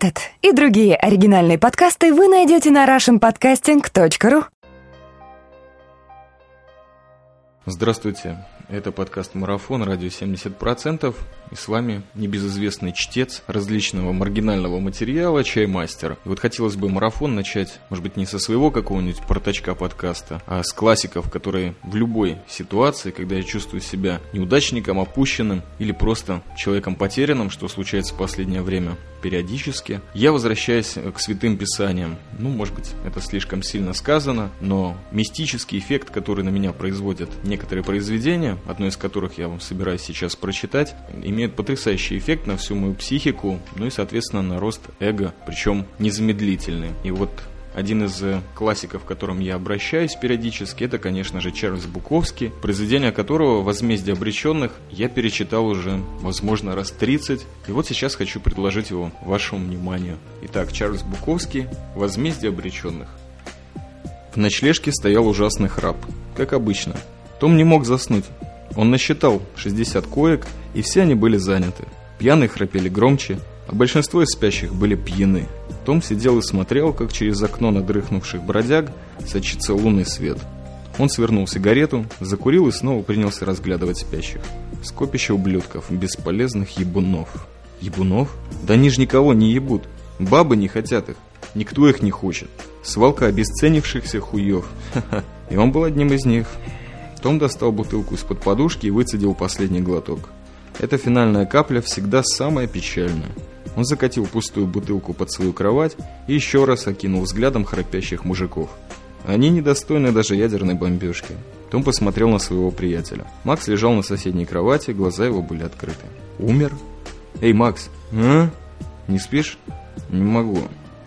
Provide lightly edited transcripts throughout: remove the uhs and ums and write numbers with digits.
Этот и другие оригинальные подкасты вы найдете на russianpodcasting.ru. Здравствуйте, это подкаст «Марафон», радио 70%, и с вами небезызвестный чтец различного маргинального материала «Чаймастер». И вот хотелось бы марафон начать, может быть, не со своего какого-нибудь проточка подкаста, а с классиков, которые в любой ситуации, когда я чувствую себя неудачником, опущенным или просто человеком потерянным, что случается в последнее время периодически, я возвращаюсь к святым писаниям. Может быть, это слишком сильно сказано, но мистический эффект, который на меня производят некоторые произведения, одно из которых я вам собираюсь сейчас прочитать, имеет потрясающий эффект на всю мою психику, и, соответственно, на рост эго, причем незамедлительный. И вот один из классиков, к которым я обращаюсь периодически, это, конечно же, Чарльз Буковский, произведение которого «Возмездие обреченных» я перечитал уже, возможно, раз 30, и вот сейчас хочу предложить его вашему вниманию. Итак, Чарльз Буковский «Возмездие обреченных». В ночлежке стоял ужасный храп, как обычно. Том не мог заснуть. Он насчитал 60 коек, и все они были заняты. Пьяные храпели громче, а большинство из спящих были пьяны. Том сидел и смотрел, как через окно надрыхнувших бродяг сочится лунный свет. Он свернул сигарету, закурил и снова принялся разглядывать спящих. Скопище ублюдков, бесполезных ебунов. Ебунов? Да они ж никого не ебут. Бабы не хотят их. Никто их не хочет. Свалка обесценившихся хуев. Ха-ха. И он был одним из них. Том достал бутылку из-под подушки и выцедил последний глоток. Эта финальная капля всегда самая печальная. Он закатил пустую бутылку под свою кровать и еще раз окинул взглядом храпящих мужиков. Они недостойны даже ядерной бомбежки. Том посмотрел на своего приятеля. Макс лежал на соседней кровати, глаза его были открыты. Умер? Эй, Макс, не спишь? Не могу.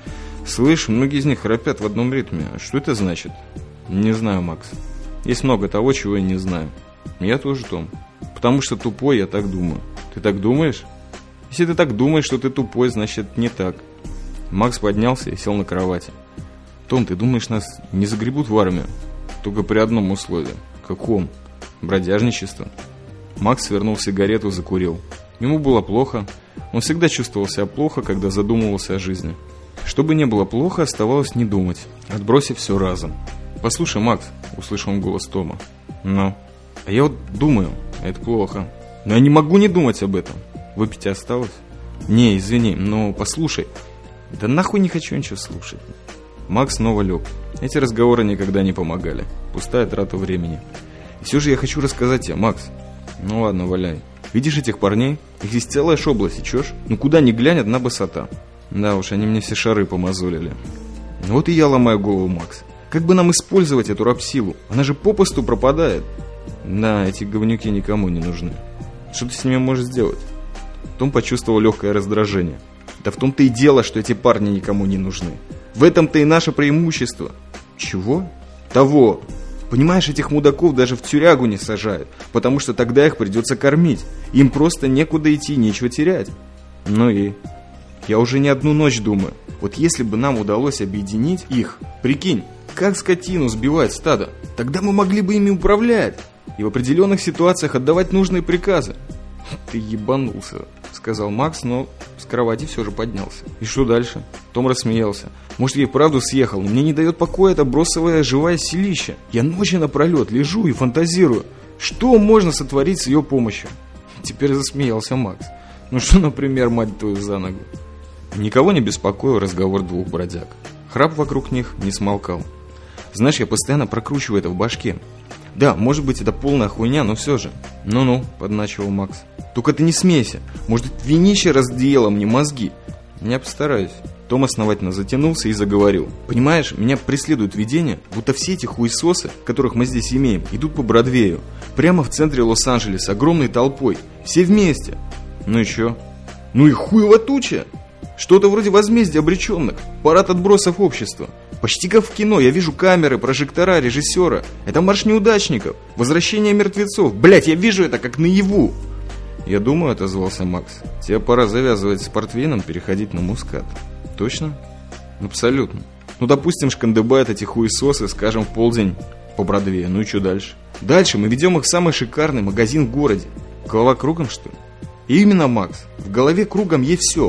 Слышь, многие из них храпят в одном ритме. Что это значит? Не знаю, Макс. Есть много того, чего я не знаю. Я тоже, Том. Потому что тупой, я так думаю. Ты так думаешь? Если ты так думаешь, что ты тупой, значит не так. Макс поднялся и сел на кровати. Том, ты думаешь, нас не загребут в армию? Только при одном условии. Каком? Бродяжничество. Макс свернул сигарету, закурил. Ему было плохо. Он всегда чувствовал себя плохо, когда задумывался о жизни. Чтобы не было плохо, оставалось не думать, отбросив все разом. «Послушай, Макс», — услышал он голос Тома. «Ну?» «А я вот думаю, это плохо. Но я не могу не думать об этом. Выпить осталось?» «Не, извини, но послушай». «Да нахуй не хочу ничего слушать». Макс снова лег. Эти разговоры никогда не помогали. Пустая трата времени. «И все же я хочу рассказать тебе, Макс». «Ну ладно, валяй. Видишь этих парней? Их здесь целая шобла, сечешь? Ну куда ни глянь, одна босота». «Да уж, они мне все шары помазолили». «Вот и я ломаю голову, Макс. Как бы нам использовать эту рабсилу? Она же попусту пропадает». «Да, эти говнюки никому не нужны. Что ты с ними можешь сделать?» Том почувствовал легкое раздражение. «Да в том-то и дело, что эти парни никому не нужны. В этом-то и наше преимущество». «Чего?» «Того. Понимаешь, этих мудаков даже в тюрягу не сажают, потому что тогда их придется кормить. Им просто некуда идти, нечего терять». «Ну и?» «Я уже не одну ночь думаю. Вот если бы нам удалось объединить их, прикинь, как скотину сбивать стадо, тогда мы могли бы ими управлять и в определенных ситуациях отдавать нужные приказы». «Ты ебанулся», — сказал Макс, но с кровати все же поднялся. «И что дальше?» Том рассмеялся. «Может, я и правду съехал, но мне не дает покоя это бросовое живое селище. Я ночи напролет лежу и фантазирую, что можно сотворить с ее помощью». Теперь засмеялся Макс. «Ну что, например, мать твою за ногу?» Никого не беспокоил разговор двух бродяг. Храп вокруг них не смолкал. «Знаешь, я постоянно прокручиваю это в башке. Да, может быть, это полная хуйня, но все же». «Ну-ну», — подначивал Макс. «Только ты не смейся. Может, винище раздело мне мозги». «Я постараюсь». Том основательно затянулся и заговорил. «Понимаешь, меня преследует видение, будто все эти хуесосы, которых мы здесь имеем, идут по Бродвею. Прямо в центре Лос-Анджелеса, огромной толпой. Все вместе». «Ну и чё?» «Ну и хуево туча. Что-то вроде возмездия обреченных. Парад отбросов общества. Почти как в кино. Я вижу камеры, прожектора, режиссера. Это марш неудачников. Возвращение мертвецов. Блять, я вижу это как наяву». «Я думаю», — отозвался Макс, — «тебе пора завязывать с портвейном, переходить на мускат». «Точно?» «Абсолютно. Ну, допустим, шкандыбают эти хуесосы, скажем, в полдень по Бродвею. Ну и что дальше?» «Дальше мы ведем их в самый шикарный магазин в городе». «Голова кругом, что ли?» «И именно, Макс. В голове кругом есть все.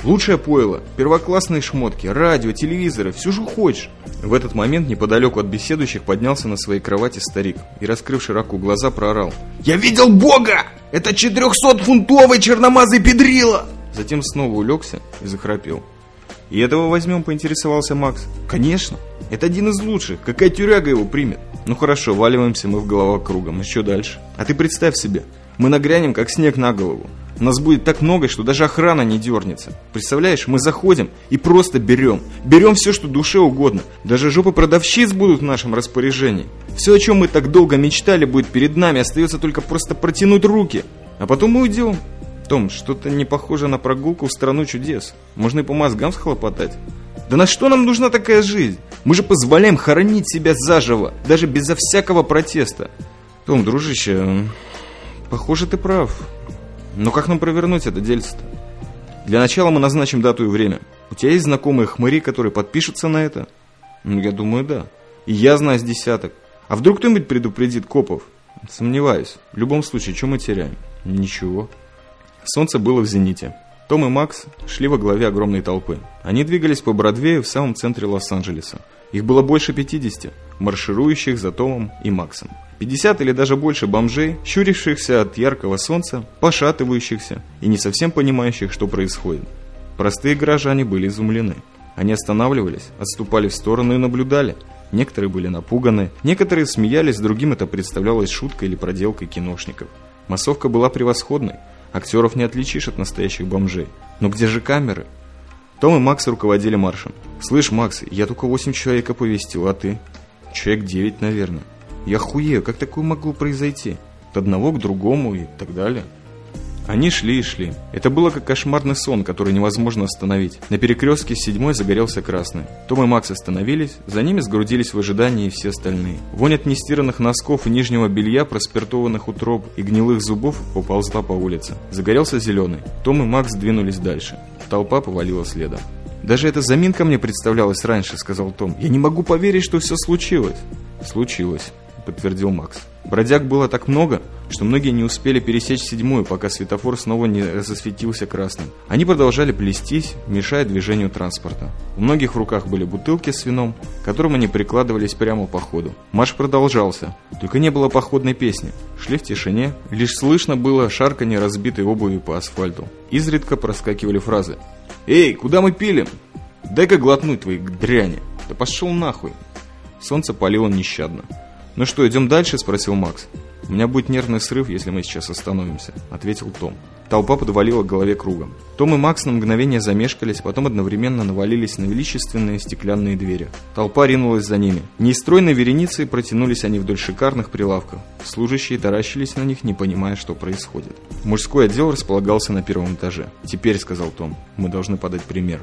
Лучшее пойло, первоклассные шмотки, радио, телевизоры, все же хочешь. В этот момент неподалеку от беседующих поднялся на своей кровати старик и, раскрыв широко глаза, проорал: «Я видел Бога! Это 400-фунтовый черномазый педрила!» Затем снова улегся и захрапел. «И этого возьмем?» — поинтересовался Макс. «Конечно, это один из лучших, какая тюряга его примет?» «Ну хорошо, валиваемся мы в головах кругом, и что дальше?» «А ты представь себе, мы нагрянем, как снег на голову. Нас будет так много, что даже охрана не дернется. Представляешь, мы заходим и просто берем. Берем все, что душе угодно. Даже жопы продавщиц будут в нашем распоряжении. Все, о чем мы так долго мечтали, будет перед нами. Остается только просто протянуть руки. А потом мы уйдем. Том, что-то не похоже на прогулку в страну чудес. Можно и по мозгам схлопотать. Да на что нам нужна такая жизнь? Мы же позволяем хоронить себя заживо, даже безо всякого протеста. Том, дружище, похоже, ты прав. Но как нам провернуть это дельце-то? Для начала мы назначим дату и время. У тебя есть знакомые хмыри, которые подпишутся на это? Ну, я думаю, да. И я знаю с десяток. А вдруг кто-нибудь предупредит копов? Сомневаюсь. В любом случае, что мы теряем? Ничего. Солнце было в зените. Том и Макс шли во главе огромной толпы. Они двигались по Бродвею в самом центре Лос-Анджелеса. Их было больше 50, марширующих за Томом и Максом. 50 или даже больше бомжей, щурившихся от яркого солнца, пошатывающихся и не совсем понимающих, что происходит. Простые горожане были изумлены. Они останавливались, отступали в сторону и наблюдали. Некоторые были напуганы, некоторые смеялись, другим это представлялось шуткой или проделкой киношников. Массовка была превосходной. Актеров не отличишь от настоящих бомжей. Но где же камеры? Том и Макс руководили маршем. «Слышь, Макс, я только 8 человек оповестил, а ты?» «Человек 9, наверное». «Я хуею, как такое могло произойти? От одного к другому и так далее». Они шли и шли. Это было как кошмарный сон, который невозможно остановить. На перекрестке с 7-й загорелся красный. Том и Макс остановились, за ними сгрудились в ожидании все остальные. Вонь от нестиранных носков и нижнего белья, проспиртованных утроб и гнилых зубов поползла по улице. Загорелся зеленый. Том и Макс двинулись дальше. Толпа повалила следом. «Даже эта заминка мне представлялась раньше», — сказал Том. «Я не могу поверить, что все случилось». «Случилось», — подтвердил Макс. Бродяг было так много, что многие не успели пересечь 7-ю, пока светофор снова не засветился красным. Они продолжали плестись, мешая движению транспорта. У многих в руках были бутылки с вином, к которым они прикладывались прямо по ходу. Марш продолжался, только не было походной песни. Шли в тишине, лишь слышно было шарканье разбитой обуви по асфальту. Изредка проскакивали фразы: «Эй, куда мы пилим? Дай-ка глотнуть твои дряни! Да пошел нахуй!» Солнце палило нещадно. «Ну что, идем дальше?» – спросил Макс. «У меня будет нервный срыв, если мы сейчас остановимся», – ответил Том. Толпа подвалила к голове кругом. Том и Макс на мгновение замешкались, потом одновременно навалились на величественные стеклянные двери. Толпа ринулась за ними. Нестройной вереницей протянулись они вдоль шикарных прилавков. Служащие таращились на них, не понимая, что происходит. Мужской отдел располагался на первом этаже. «Теперь», – сказал Том, – «мы должны подать пример».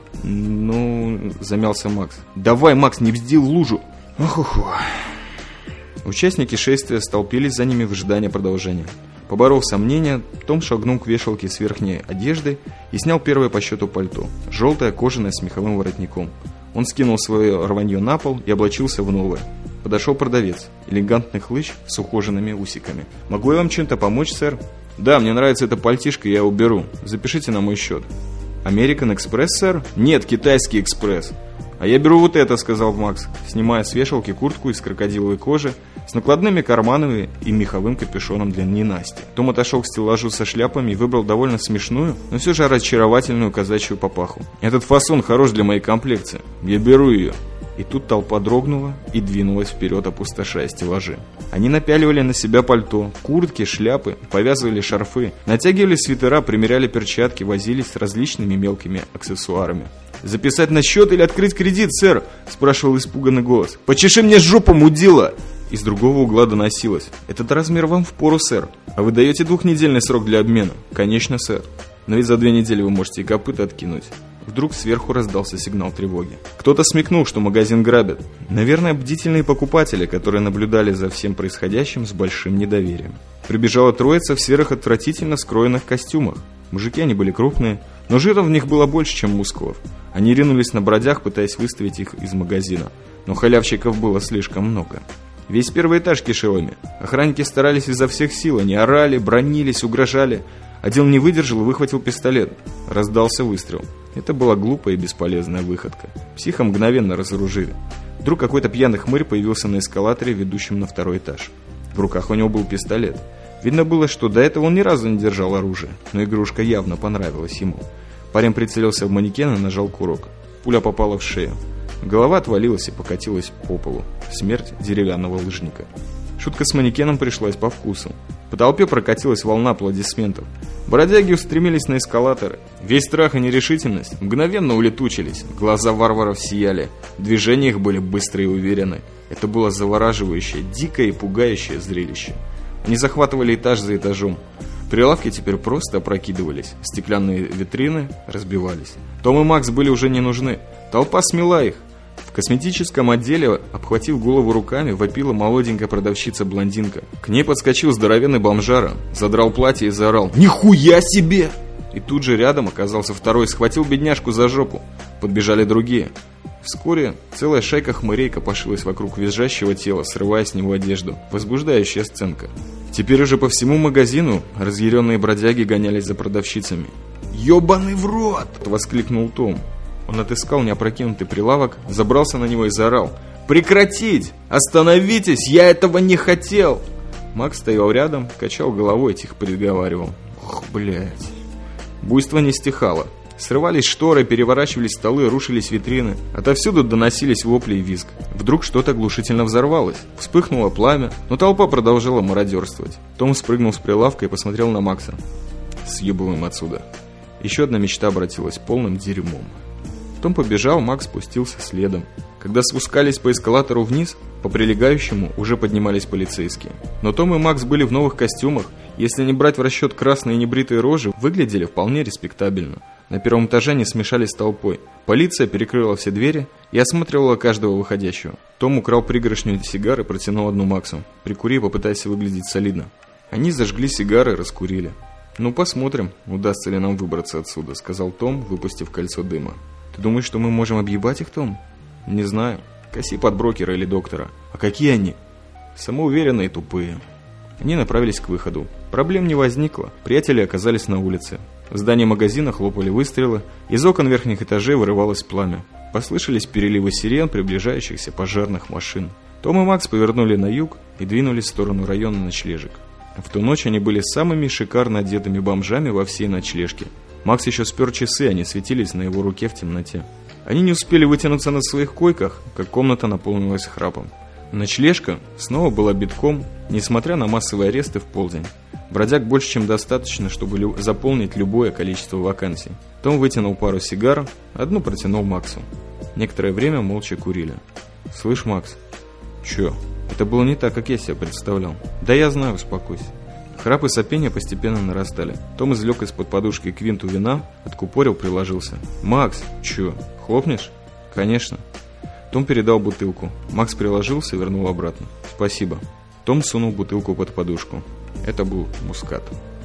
«Ну...» – замялся Макс. «Давай, Макс, не бзди в лужу!» «Ох-охо!» Участники шествия столпились за ними в ожидании продолжения. Поборов сомнения, Том шагнул к вешалке с верхней одеждой и снял первое по счету пальто, желтое, кожаное, с меховым воротником. Он скинул свое рванье на пол и облачился в новое. Подошел продавец, элегантный хлыщ с ухоженными усиками. «Могу я вам чем-то помочь, сэр?» «Да, мне нравится эта пальтишка, я его беру. Запишите на мой счет». «Американ Экспресс, сэр?» «Нет, Китайский Экспресс». «А я беру вот это», — сказал Макс, снимая с вешалки куртку из крокодиловой кожи с накладными карманами и меховым капюшоном для ненасти. Том отошел к стеллажу со шляпами и выбрал довольно смешную, но все же очаровательную казачью папаху. «Этот фасон хорош для моей комплекции. Я беру ее». И тут толпа дрогнула и двинулась вперед, опустошая стеллажи. Они напяливали на себя пальто, куртки, шляпы, повязывали шарфы, натягивали свитера, примеряли перчатки, возились с различными мелкими аксессуарами. «Записать на счет или открыть кредит, сэр?» – спрашивал испуганный голос. «Почеши мне жопу, мудила!» Из другого угла доносилось: «Этот размер вам впору, сэр. А вы даете 2-недельный срок для обмена?» «Конечно, сэр. Но ведь за 2 недели вы можете и копыта откинуть». Вдруг сверху раздался сигнал тревоги. Кто-то смекнул, что магазин грабят. Наверное, бдительные покупатели, которые наблюдали за всем происходящим с большим недоверием. Прибежала троица в серых отвратительно скроенных костюмах. Мужики они были крупные, но жира в них было больше, чем мускулов. Они ринулись на бродяг, пытаясь выставить их из магазина. Но халявщиков было слишком много. Весь первый этаж кишел ими. Охранники старались изо всех сил, они орали, бранились, угрожали. Один не выдержал и выхватил пистолет. Раздался выстрел. Это была глупая и бесполезная выходка. Психа мгновенно разоружили. Вдруг какой-то пьяный хмырь появился на эскалаторе, ведущем на второй этаж. В руках у него был пистолет. Видно было, что до этого он ни разу не держал оружие, но игрушка явно понравилась ему. Парень прицелился в манекен и нажал курок. Пуля попала в шею. Голова отвалилась и покатилась по полу. Смерть деревянного лыжника. Шутка с манекеном пришлась по вкусу. По толпе прокатилась волна аплодисментов. Бродяги устремились на эскалаторы. Весь страх и нерешительность мгновенно улетучились. Глаза варваров сияли. Движения их были быстрые и уверены. Это было завораживающее, дикое и пугающее зрелище. Они захватывали этаж за этажом. Прилавки теперь просто опрокидывались. Стеклянные витрины разбивались. Том и Макс были уже не нужны. Толпа смела их. В косметическом отделе, обхватив голову руками, вопила молоденькая продавщица-блондинка. К ней подскочил здоровенный бомжара, задрал платье и заорал: «Нихуя себе!» И тут же рядом оказался второй, схватил бедняжку за жопу. Подбежали другие. Вскоре целая шайка хмырей копошилась вокруг визжащего тела, срывая с него одежду. Возбуждающая сценка. Теперь уже по всему магазину разъяренные бродяги гонялись за продавщицами. «Ёбаный в рот!» – воскликнул Том. Он отыскал неопрокинутый прилавок, забрался на него и заорал: «Прекратить! Остановитесь! Я этого не хотел!» Макс стоял рядом, качал головой и тихо приговаривал: «Ох, блядь!» Буйство не стихало. Срывались шторы, переворачивались столы, рушились витрины. Отовсюду доносились вопли и визг. Вдруг что-то оглушительно взорвалось. Вспыхнуло пламя, но толпа продолжала мародерствовать. Том спрыгнул с прилавка и посмотрел на Макса. «Съебываем отсюда». Еще одна мечта обратилась полным дерьмом. Том побежал, Макс спустился следом. Когда спускались по эскалатору вниз, по прилегающему уже поднимались полицейские. Но Том и Макс были в новых костюмах, если не брать в расчет красные небритые рожи, выглядели вполне респектабельно. На первом этаже они смешались с толпой. Полиция перекрыла все двери и осматривала каждого выходящего. Том украл пригоршню сигар и протянул одну Максу. «Прикури, попытайся выглядеть солидно». Они зажгли сигары и раскурили. «Ну, посмотрим, удастся ли нам выбраться отсюда», — сказал Том, выпустив кольцо дыма. «Ты думаешь, что мы можем объебать их, Том?» «Не знаю. Коси под брокера или доктора». «А какие они?» «Самоуверенные и тупые». Они направились к выходу. Проблем не возникло. Приятели оказались на улице. В здании магазина хлопали выстрелы. Из окон верхних этажей вырывалось пламя. Послышались переливы сирен приближающихся пожарных машин. Том и Макс повернули на юг и двинулись в сторону района ночлежек. В ту ночь они были самыми шикарно одетыми бомжами во всей ночлежке. Макс еще спер часы, они светились на его руке в темноте. Они не успели вытянуться на своих койках, как комната наполнилась храпом. Ночлежка снова была битком, несмотря на массовые аресты в полдень. Бродяг больше, чем достаточно, чтобы заполнить любое количество вакансий. Том вытянул пару сигар, одну протянул Максу. Некоторое время молча курили. «Слышь, Макс?» «Чё? Это было не так, как я себе представлял». «Да я знаю, успокойся». Храп и сопение постепенно нарастали. Том извлек из-под подушки квинту вина, откупорил, приложился. «Макс, чё, хлопнешь?» «Конечно». Том передал бутылку. Макс приложился и вернул обратно. «Спасибо». Том сунул бутылку под подушку. Это был мускат.